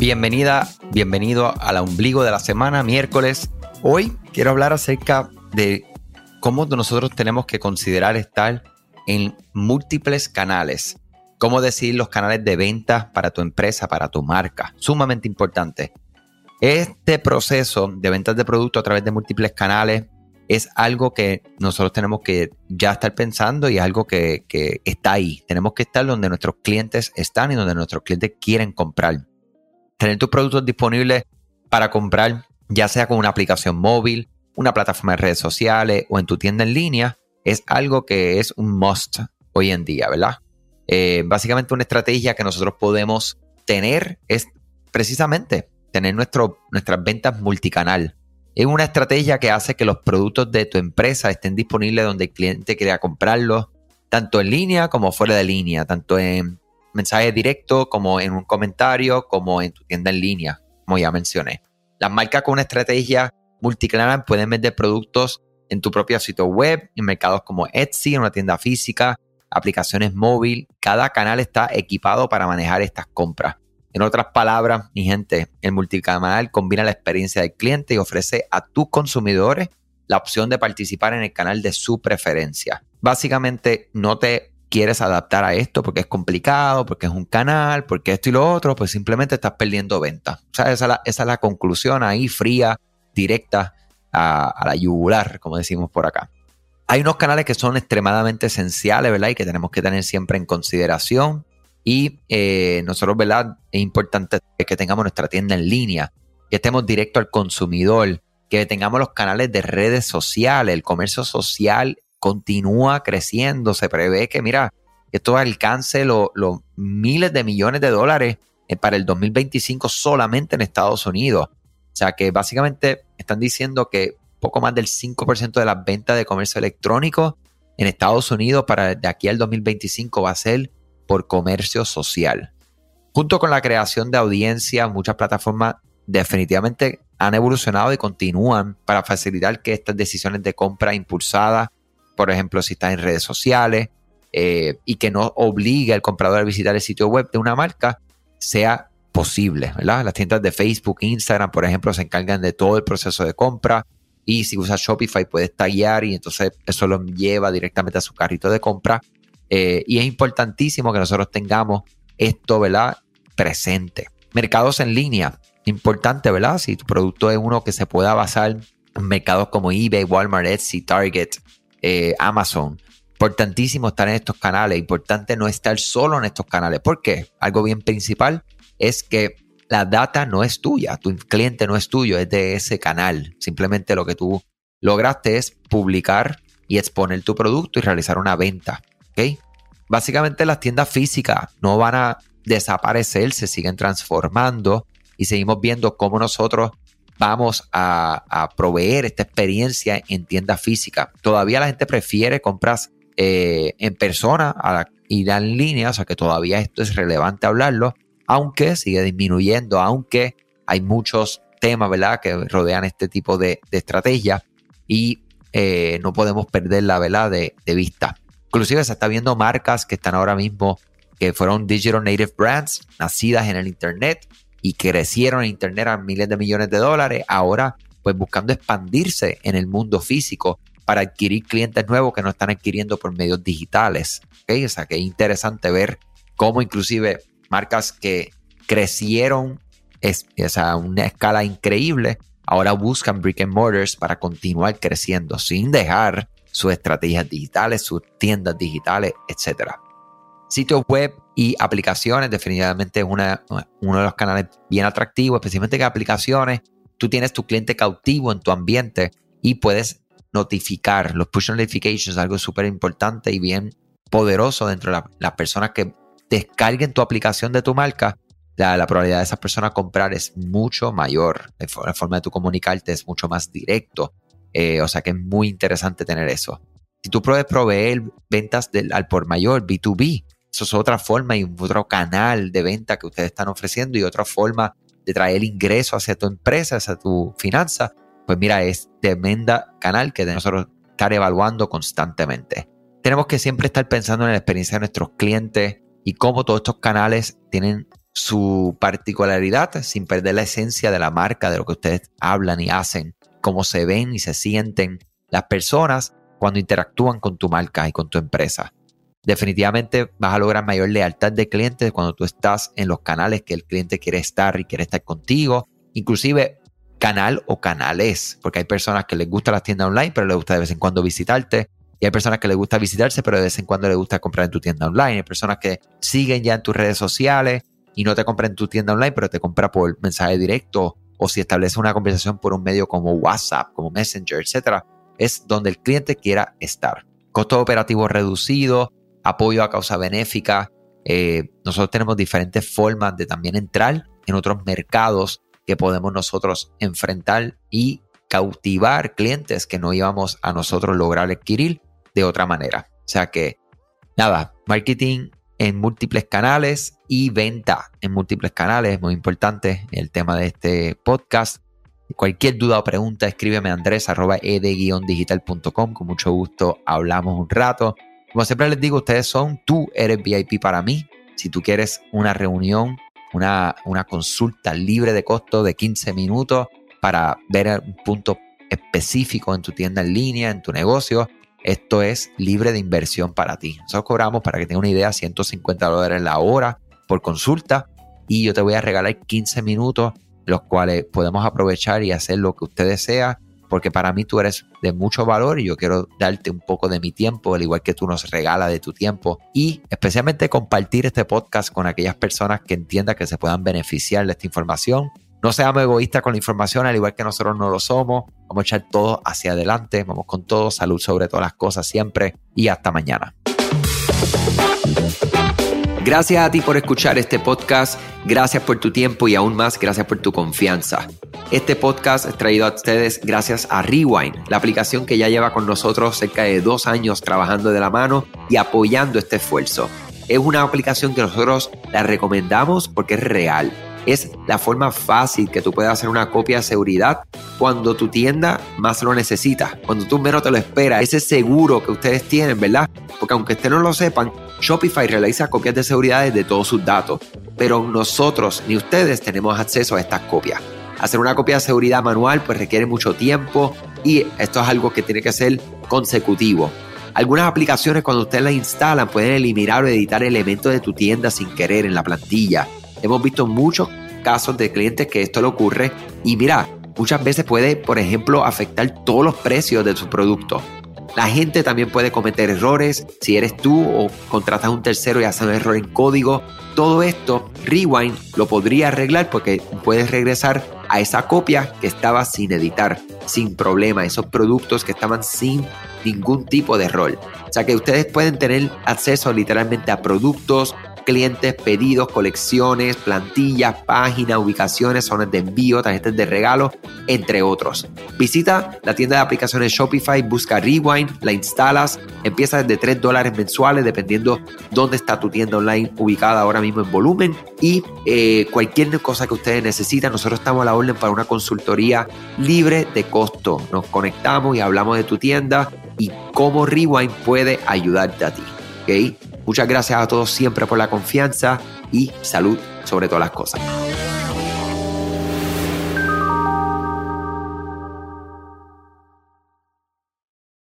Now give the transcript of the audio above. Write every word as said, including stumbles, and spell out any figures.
Bienvenida, bienvenido al ombligo de la semana, miércoles. Hoy quiero hablar acerca de cómo nosotros tenemos que considerar estar en múltiples canales. Cómo decidir los canales de venta para tu empresa, para tu marca. Sumamente importante. Este proceso de ventas de productos a través de múltiples canales es algo que nosotros tenemos que ya estar pensando y es algo que, que está ahí. Tenemos que estar donde nuestros clientes están y donde nuestros clientes quieren comprar. Tener tus productos disponibles para comprar, ya sea con una aplicación móvil, una plataforma de redes sociales o en tu tienda en línea, es algo que es un must hoy en día, ¿verdad? Eh, básicamente una estrategia que nosotros podemos tener es precisamente tener nuestro, nuestras ventas multicanal. Es una estrategia que hace que los productos de tu empresa estén disponibles donde el cliente quiera comprarlos, tanto en línea como fuera de línea, tanto en mensaje directo, como en un comentario, como en tu tienda en línea, como ya mencioné. Las marcas con una estrategia multicanal pueden vender productos en tu propio sitio web, en mercados como Etsy, en una tienda física, aplicaciones móvil. Cada canal está equipado para manejar estas compras. En otras palabras, mi gente, el multicanal combina la experiencia del cliente y ofrece a tus consumidores la opción de participar en el canal de su preferencia. Básicamente, no te quieres adaptar a esto porque es complicado, porque es un canal, porque esto y lo otro, pues simplemente estás perdiendo ventas. O sea, esa es la, esa es la conclusión ahí, fría, directa, a, a la yugular, como decimos por acá. Hay unos canales que son extremadamente esenciales, ¿verdad? Y que tenemos que tener siempre en consideración. Y eh, nosotros, ¿verdad? Es importante que tengamos nuestra tienda en línea, que estemos directo al consumidor, que tengamos los canales de redes sociales. El comercio social continúa creciendo. Se prevé que, mira, esto alcance los lo miles de millones de dólares para el dos mil veinticinco solamente en Estados Unidos. O sea que básicamente están diciendo que poco más del cinco por ciento de las ventas de comercio electrónico en Estados Unidos para de aquí al dos mil veinticinco va a ser por comercio social. Junto con la creación de audiencia, muchas plataformas definitivamente han evolucionado y continúan para facilitar que estas decisiones de compra impulsadas, por ejemplo, si estás en redes sociales eh, y que no obligue al comprador a visitar el sitio web de una marca, sea posible, ¿verdad? Las tiendas de Facebook, Instagram, por ejemplo, se encargan de todo el proceso de compra y si usas Shopify puedes taggear y entonces eso lo lleva directamente a su carrito de compra. Eh, y es importantísimo que nosotros tengamos esto, ¿verdad?, presente. Mercados en línea, importante, ¿verdad? Si tu producto es uno que se pueda basar en mercados como eBay, Walmart, Etsy, Target, eh, Amazon. Importantísimo estar en estos canales. Importante no estar solo en estos canales. ¿Por qué? Algo bien principal es que la data no es tuya. Tu cliente no es tuyo, es de ese canal. Simplemente lo que tú lograste es publicar y exponer tu producto y realizar una venta. ¿Okay? Básicamente las tiendas físicas no van a desaparecer, se siguen transformando y seguimos viendo cómo nosotros vamos a, a proveer esta experiencia en tiendas físicas. Todavía la gente prefiere compras eh, en persona a ir en línea, o sea que todavía esto es relevante hablarlo, aunque sigue disminuyendo, aunque hay muchos temas, ¿verdad?, que rodean este tipo de, de estrategias y eh, no podemos perderla, ¿verdad?, de, de vista. Inclusive se está viendo marcas que están ahora mismo, que fueron digital native brands, nacidas en el internet y crecieron en internet a miles de millones de dólares, ahora pues buscando expandirse en el mundo físico para adquirir clientes nuevos que no están adquiriendo por medios digitales. ¿Okay? O sea que es interesante ver cómo inclusive marcas que crecieron es, o sea, a una escala increíble, ahora buscan brick and mortars para continuar creciendo sin dejar sus estrategias digitales, sus tiendas digitales, etcétera. Sitios web y aplicaciones definitivamente es una, uno de los canales bien atractivos, especialmente que aplicaciones, tú tienes tu cliente cautivo en tu ambiente y puedes notificar. Los push notifications es algo súper importante y bien poderoso dentro de la, las personas que descarguen tu aplicación de tu marca. La, la probabilidad de esas personas comprar es mucho mayor. La, la forma de tu comunicarte es mucho más directo. Eh, o sea que es muy interesante tener eso. Si tú puedes proveer ventas del, al por mayor, B dos B, eso es otra forma y otro canal de venta que ustedes están ofreciendo y otra forma de traer ingreso hacia tu empresa, hacia tu finanza. Pues mira, es tremenda canal que de nosotros estar evaluando constantemente. Tenemos que siempre estar pensando en la experiencia de nuestros clientes y cómo todos estos canales tienen su particularidad sin perder la esencia de la marca, de lo que ustedes hablan y hacen, cómo se ven y se sienten las personas cuando interactúan con tu marca y con tu empresa. Definitivamente vas a lograr mayor lealtad de clientes cuando tú estás en los canales que el cliente quiere estar y quiere estar contigo. Inclusive canal o canales, porque hay personas que les gusta las tiendas online, pero les gusta de vez en cuando visitarte. Y hay personas que les gusta visitarse, pero de vez en cuando les gusta comprar en tu tienda online. Hay personas que siguen ya en tus redes sociales y no te compran en tu tienda online, pero te compra por mensaje directo o si establece una conversación por un medio como WhatsApp, como Messenger, etcétera. Es donde el cliente quiera estar. Costo operativo reducido, apoyo a causa benéfica. Eh, nosotros tenemos diferentes formas de también entrar en otros mercados que podemos nosotros enfrentar y cautivar clientes que no íbamos a nosotros lograr adquirir de otra manera. O sea que, nada, marketing en múltiples canales y venta en múltiples canales es muy importante el tema de este podcast. Cualquier duda o pregunta, escríbeme a andres arroba ed guion digital punto com. Con mucho gusto hablamos un rato. Como siempre les digo, ustedes son, tú eres V I P para mí. Si tú quieres una reunión, una, una consulta libre de costo de quince minutos para ver un punto específico en tu tienda en línea, en tu negocio, esto es libre de inversión para ti. Nosotros cobramos, para que tengas una idea, ciento cincuenta dólares la hora por consulta y yo te voy a regalar quince minutos, los cuales podemos aprovechar y hacer lo que usted desea, porque para mí tú eres de mucho valor y yo quiero darte un poco de mi tiempo, al igual que tú nos regalas de tu tiempo, y especialmente compartir este podcast con aquellas personas que entiendan que se puedan beneficiar de esta información. No seamos egoístas con la información, al igual que nosotros no lo somos. Vamos a echar todo hacia adelante, vamos con todo, salud sobre todas las cosas siempre y hasta mañana. Gracias a ti por escuchar este podcast, gracias por tu tiempo y aún más gracias por tu confianza. Este podcast es traído a ustedes gracias a Rewind, la aplicación que ya lleva con nosotros cerca de dos años trabajando de la mano y apoyando este esfuerzo. Es una aplicación que nosotros la recomendamos porque es real. Es la forma fácil que tú puedes hacer una copia de seguridad cuando tu tienda más lo necesita, cuando tú menos te lo esperas. Ese seguro que ustedes tienen, ¿verdad? Porque aunque ustedes no lo sepan, Shopify realiza copias de seguridad de todos sus datos, pero nosotros ni ustedes tenemos acceso a estas copias. Hacer una copia de seguridad manual pues requiere mucho tiempo y esto es algo que tiene que ser consecutivo. Algunas aplicaciones, cuando ustedes las instalan, pueden eliminar o editar elementos de tu tienda sin querer en la plantilla. Hemos visto muchos casos de clientes que esto le ocurre y mira, muchas veces puede, por ejemplo, afectar todos los precios de su producto. La gente también puede cometer errores si eres tú o contratas a un tercero y haces un error en código. Todo esto, Rewind lo podría arreglar porque puedes regresar a esa copia que estaba sin editar, sin problema, esos productos que estaban sin ningún tipo de error. O sea que ustedes pueden tener acceso literalmente a productos, clientes, pedidos, colecciones, plantillas, páginas, ubicaciones, zonas de envío, tarjetas de regalo, entre otros. Visita la tienda de aplicaciones Shopify, busca Rewind, la instalas, empieza desde tres dólares mensuales dependiendo dónde está tu tienda online ubicada ahora mismo en volumen y eh, cualquier cosa que ustedes necesitan, nosotros estamos a la orden para una consultoría libre de costo. Nos conectamos y hablamos de tu tienda y cómo Rewind puede ayudarte a ti. ¿Okay? Muchas gracias a todos siempre por la confianza y salud sobre todas las cosas.